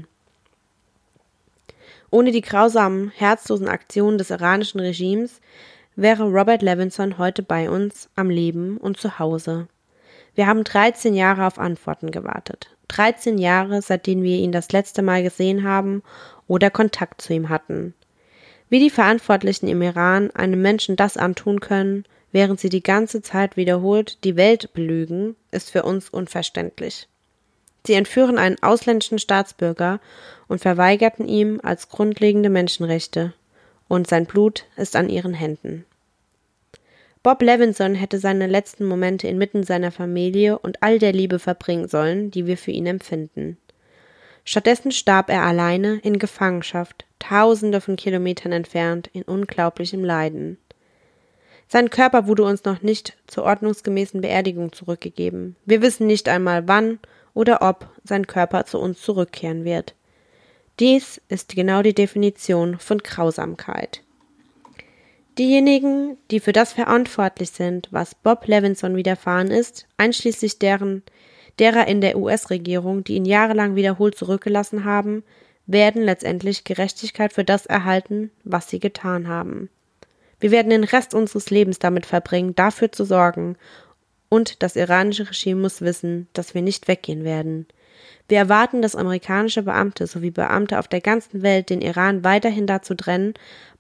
Ohne die grausamen, herzlosen Aktionen des iranischen Regimes wäre Robert Levinson heute bei uns, am Leben und zu Hause. Wir haben dreizehn Jahre auf Antworten gewartet. dreizehn Jahre, seitdem wir ihn das letzte Mal gesehen haben oder Kontakt zu ihm hatten. Wie die Verantwortlichen im Iran einem Menschen das antun können, während sie die ganze Zeit wiederholt die Welt belügen, ist für uns unverständlich. Sie entführen einen ausländischen Staatsbürger und verweigerten ihm als grundlegende Menschenrechte, und sein Blut ist an ihren Händen. Bob Levinson hätte seine letzten Momente inmitten seiner Familie und all der Liebe verbringen sollen, die wir für ihn empfinden. Stattdessen starb er alleine in Gefangenschaft, tausende von Kilometern entfernt, in unglaublichem Leiden. Sein Körper wurde uns noch nicht zur ordnungsgemäßen Beerdigung zurückgegeben. Wir wissen nicht einmal, wann oder ob sein Körper zu uns zurückkehren wird. Dies ist genau die Definition von Grausamkeit. Diejenigen, die für das verantwortlich sind, was Bob Levinson widerfahren ist, einschließlich deren, derer in der U S-Regierung, die ihn jahrelang wiederholt zurückgelassen haben, werden letztendlich Gerechtigkeit für das erhalten, was sie getan haben. Wir werden den Rest unseres Lebens damit verbringen, dafür zu sorgen, und das iranische Regime muss wissen, dass wir nicht weggehen werden. Wir erwarten, dass amerikanische Beamte sowie Beamte auf der ganzen Welt den Iran weiterhin dazu trennen,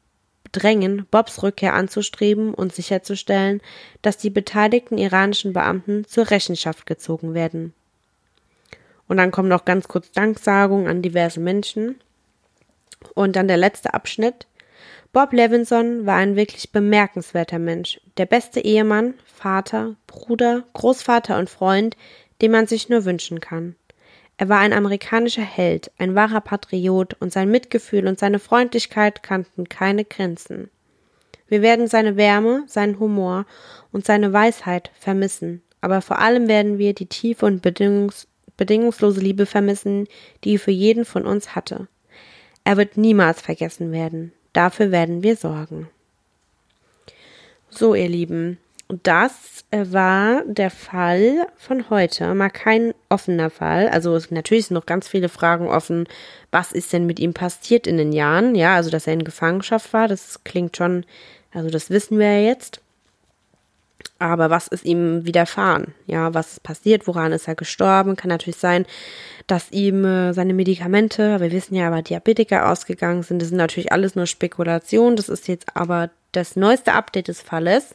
drängen, Bobs Rückkehr anzustreben und sicherzustellen, dass die beteiligten iranischen Beamten zur Rechenschaft gezogen werden. Und dann kommen noch ganz kurz Danksagungen an diverse Menschen. Und dann der letzte Abschnitt. Bob Levinson war ein wirklich bemerkenswerter Mensch, der beste Ehemann, Vater, Bruder, Großvater und Freund, den man sich nur wünschen kann. Er war ein amerikanischer Held, ein wahrer Patriot und sein Mitgefühl und seine Freundlichkeit kannten keine Grenzen. Wir werden seine Wärme, seinen Humor und seine Weisheit vermissen, aber vor allem werden wir die tiefe und bedingungs- bedingungslose Liebe vermissen, die er für jeden von uns hatte. Er wird niemals vergessen werden. Dafür werden wir sorgen. So, ihr Lieben, das war der Fall von heute. Mal kein offener Fall. Also natürlich sind noch ganz viele Fragen offen. Was ist denn mit ihm passiert in den Jahren? Ja, also dass er in Gefangenschaft war, das klingt schon, also das wissen wir ja jetzt. Aber was ist ihm widerfahren? Ja, was ist passiert? Woran ist er gestorben? Kann natürlich sein, dass ihm äh, seine Medikamente, wir wissen ja aber Diabetiker ausgegangen sind. Das sind natürlich alles nur Spekulationen. Das ist jetzt aber das neueste Update des Falles.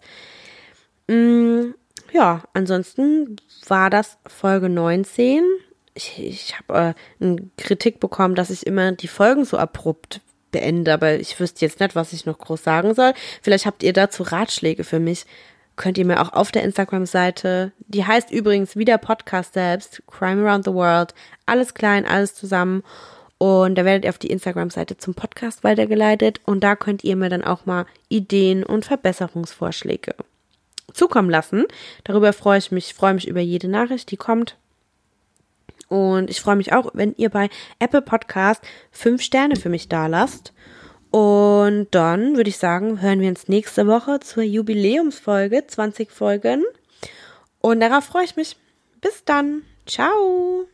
Mm, ja, ansonsten war das Folge neunzehn. Ich, ich habe äh, eine Kritik bekommen, dass ich immer die Folgen so abrupt beende, aber ich wüsste jetzt nicht, was ich noch groß sagen soll. Vielleicht habt ihr dazu Ratschläge für mich. Könnt ihr mir auch auf der Instagram-Seite, die heißt übrigens wie der Podcast selbst, Crime Around the World, alles klein, alles zusammen, und da werdet ihr auf die Instagram-Seite zum Podcast weitergeleitet und da könnt ihr mir dann auch mal Ideen und Verbesserungsvorschläge zukommen lassen. Darüber freue ich mich, freue mich über jede Nachricht, die kommt, und ich freue mich auch, wenn ihr bei Apple Podcast fünf Sterne für mich da lasst. Und dann würde ich sagen, hören wir uns nächste Woche zur Jubiläumsfolge, zwanzig Folgen. Und darauf freue ich mich. Bis dann. Ciao.